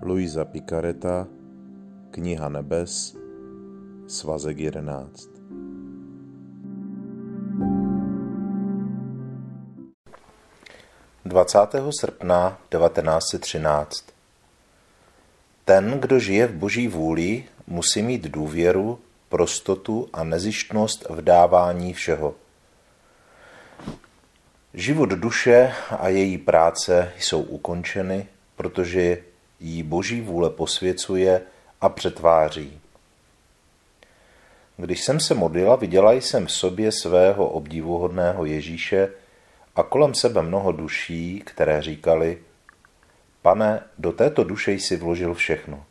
Luisa Picareta, Kniha nebes, svazek 11. srpna 1913. Ten, kdo žije v Boží vůli, musí mít důvěru, prostotu a nezištnost v dávání všeho. Život duše a její práce jsou ukončeny, protože jí Boží vůle posvěcuje a přetváří. Když jsem se modlila, viděla jsem v sobě svého obdivuhodného Ježíše a kolem sebe mnoho duší, které říkali: Pane, do této duše jsi vložil všechno.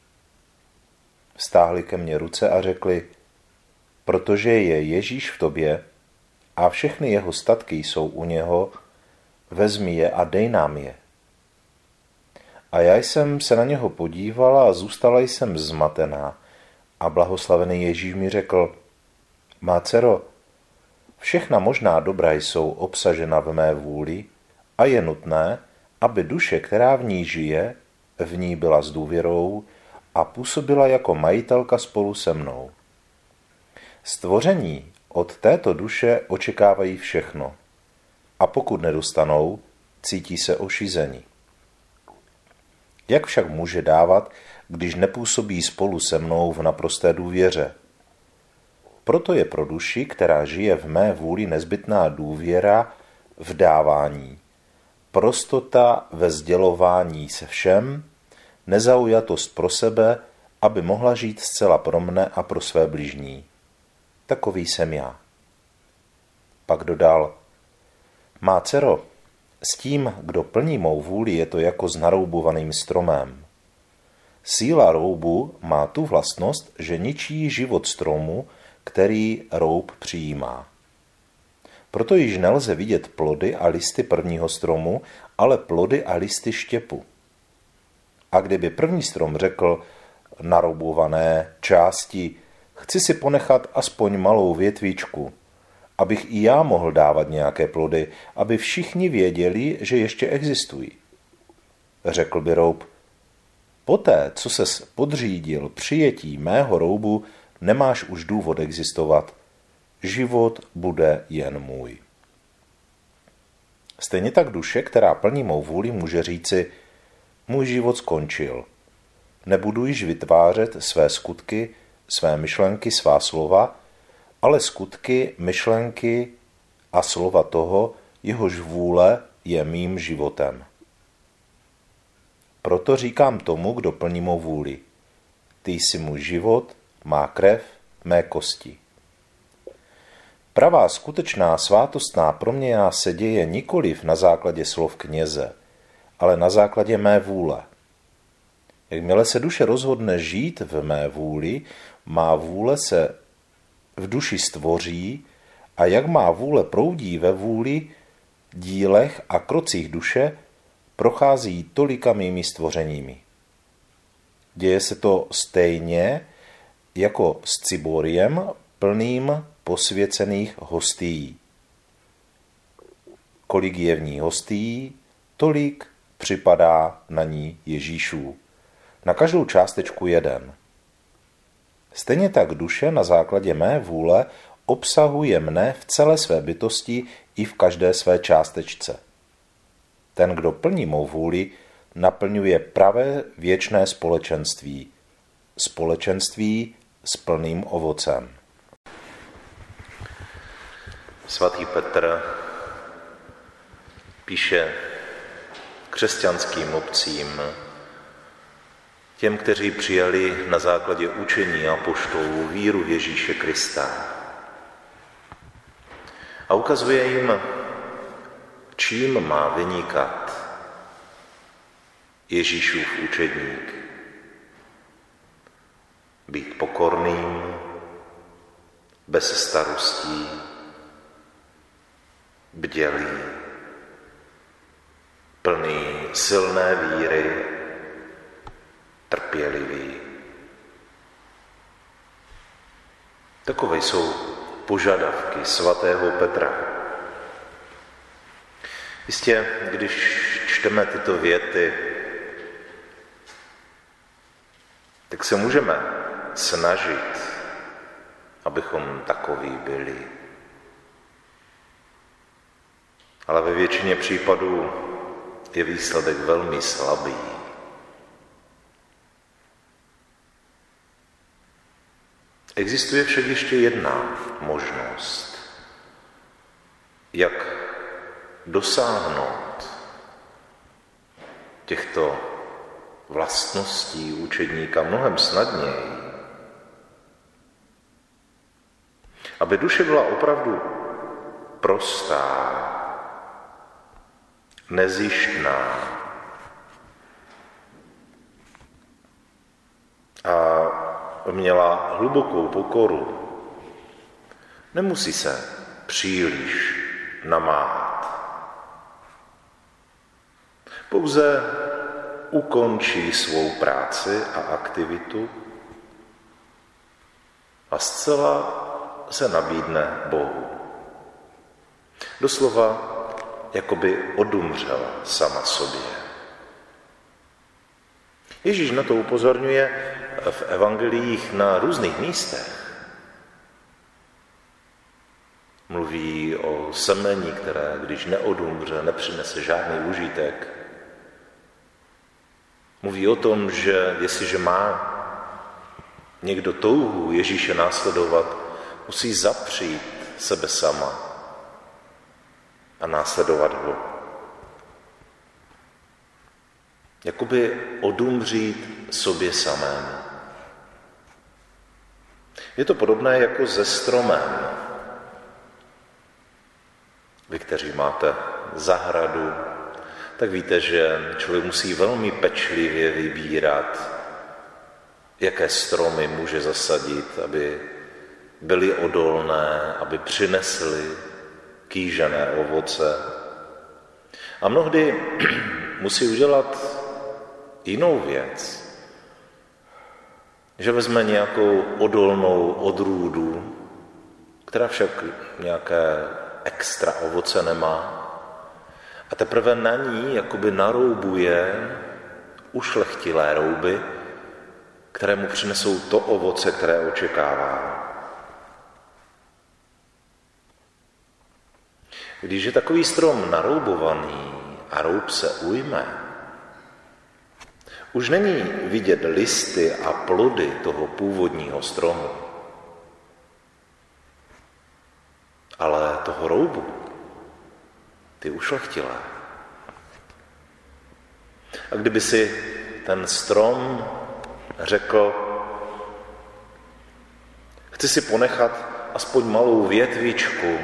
Vztáhli ke mně ruce a řekli: Protože je Ježíš v tobě a všechny jeho statky jsou u něho, vezmi je a dej nám je. A já jsem se na něho podívala a zůstala jsem zmatená. A blahoslavený Ježíš mi řekl: Má dcero, všechna možná dobra jsou obsažena v mé vůli a je nutné, aby duše, která v ní žije, v ní byla s důvěrou a působila jako majitelka spolu se mnou. Stvoření od této duše očekávají všechno a pokud nedostanou, cítí se ošizení. Jak však může dávat, když nepůsobí spolu se mnou v naprosté důvěře? Proto je pro duši, která žije v mé vůli, nezbytná důvěra v dávání, prostota ve sdělování se všem, nezaujatost pro sebe, aby mohla žít zcela pro mne a pro své bližní. Takový jsem já. Pak dodal: Má dcero, s tím, kdo plní mou vůli, je to jako s naroubovaným stromem. Síla roubu má tu vlastnost, že ničí život stromu, který roub přijímá. Proto již nelze vidět plody a listy prvního stromu, ale plody a listy štěpu. A kdyby první strom řekl naroubované části: Chci si ponechat aspoň malou větvičku, abych i já mohl dávat nějaké plody, aby všichni věděli, že ještě existují. Řekl by roub: Poté, co ses podřídil přijetí mého roubu, nemáš už důvod existovat. Život bude jen můj. Stejně tak duše, která plní mou vůli, může říci: Můj život skončil. Nebudu již vytvářet své skutky, své myšlenky, svá slova, ale skutky, myšlenky a slova toho, jehož vůle je mým životem. Proto říkám tomu, kdo plní mou vůli: Ty jsi můj život, má krev, mé kosti. Pravá skutečná svátostná proměna se děje nikoliv na základě slov kněze, ale na základě mé vůle. Jakmile se duše rozhodne žít v mé vůli, má vůle se v duši stvoří a jak má vůle proudí ve vůli, dílech a krocích duše, prochází tolika mými stvořeními. Děje se to stejně jako s ciboriem plným posvěcených hostií. Kolik je v ní hostií, tolik připadá na ní Ježíšů. Na každou částečku jeden. Stejně tak duše na základě mé vůle obsahuje mne v celé své bytosti i v každé své částečce. Ten, kdo plní mou vůli, naplňuje pravé věčné společenství. Společenství s plným ovocem. Svatý Petr píše křesťanským obcím, těm, kteří přijali na základě učení apoštolů víru v Ježíše Krista. A ukazuje jim, čím má vynikat Ježíšův učedník. Být pokorným, bez starostí, bdělý, plný silné víry, trpělivý. Takové jsou požadavky svatého Petra. Jistě, když čteme tyto věty, tak se můžeme snažit, abychom takoví byli. Ale ve většině případů je výsledek velmi slabý. Existuje však ještě jedna možnost, jak dosáhnout těchto vlastností učedníka mnohem snadněji. Aby duše byla opravdu prostá, nezištná a měla hlubokou pokoru, nemusí se příliš namáhat. Pouze ukončí svou práci a aktivitu a zcela se nabídne Bohu. Doslova jako by odumřela sama sobě. Ježíš na to upozorňuje v evangeliích na různých místech. Mluví o semeni, které, když neodumře, nepřinese žádný užitek. Mluví o tom, že jestliže má někdo touhu Ježíše následovat, musí zapřít sebe sama a následovat ho. Jakoby odumřít sobě samému. Je to podobné jako se stromem. Vy, kteří máte zahradu, tak víte, že člověk musí velmi pečlivě vybírat, jaké stromy může zasadit, aby byly odolné, aby přinesly kýžené ovoce. A mnohdy musí udělat jinou věc, že vezme nějakou odolnou odrůdu, která však nějaké extra ovoce nemá, a teprve na ní jakoby naroubuje ušlechtilé rouby, které mu přinesou to ovoce, které očekává. Když je takový strom naroubovaný a roub se ujme, už není vidět listy a plody toho původního stromu, ale toho roubu, ty ušlechtilé. A kdyby si ten strom řekl, chci si ponechat aspoň malou větvičku,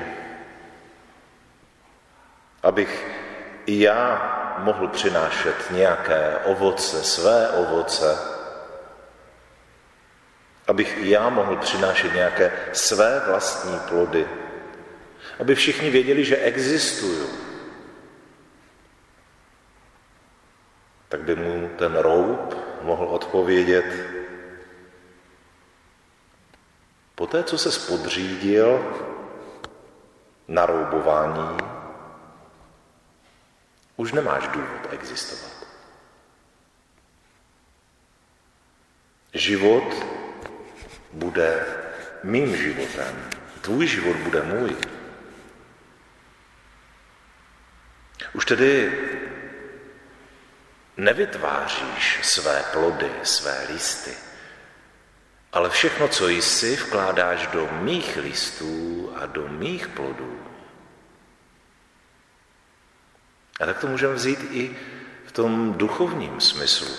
abych i já mohl přinášet nějaké ovoce, své ovoce, abych i já mohl přinášet nějaké své vlastní plody, aby všichni věděli, že existuju, tak by mu ten roub mohl odpovědět: poté, co se spodřídil naroubování, už nemáš důvod existovat. Život bude mým životem, tvůj život bude můj. Už tedy nevytváříš své plody, své listy, ale všechno, co jsi, vkládáš do mých listů a do mých plodů. A tak to můžeme vzít i v tom duchovním smyslu.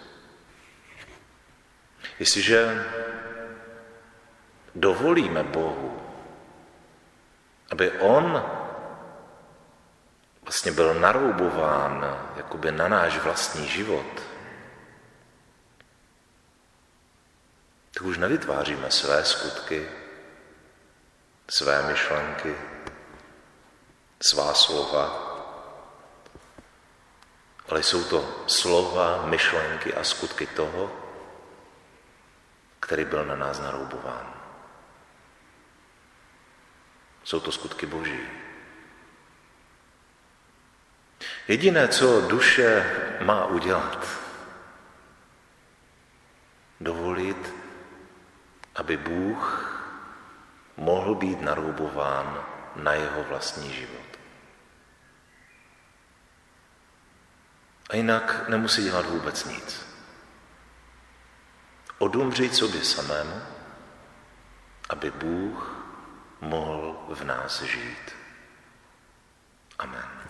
Jestliže dovolíme Bohu, aby on vlastně byl naroubován jakoby na náš vlastní život, tak už nevytváříme své skutky, své myšlenky, svá slova, ale jsou to slova, myšlenky a skutky toho, který byl na nás naroubován. Jsou to skutky Boží. Jediné, co duše má udělat, dovolit aby Bůh mohl být naroubován na jeho vlastní život. A jinak nemusí dělat vůbec nic. Odumřít sobě samému, aby Bůh mohl v nás žít. Amen.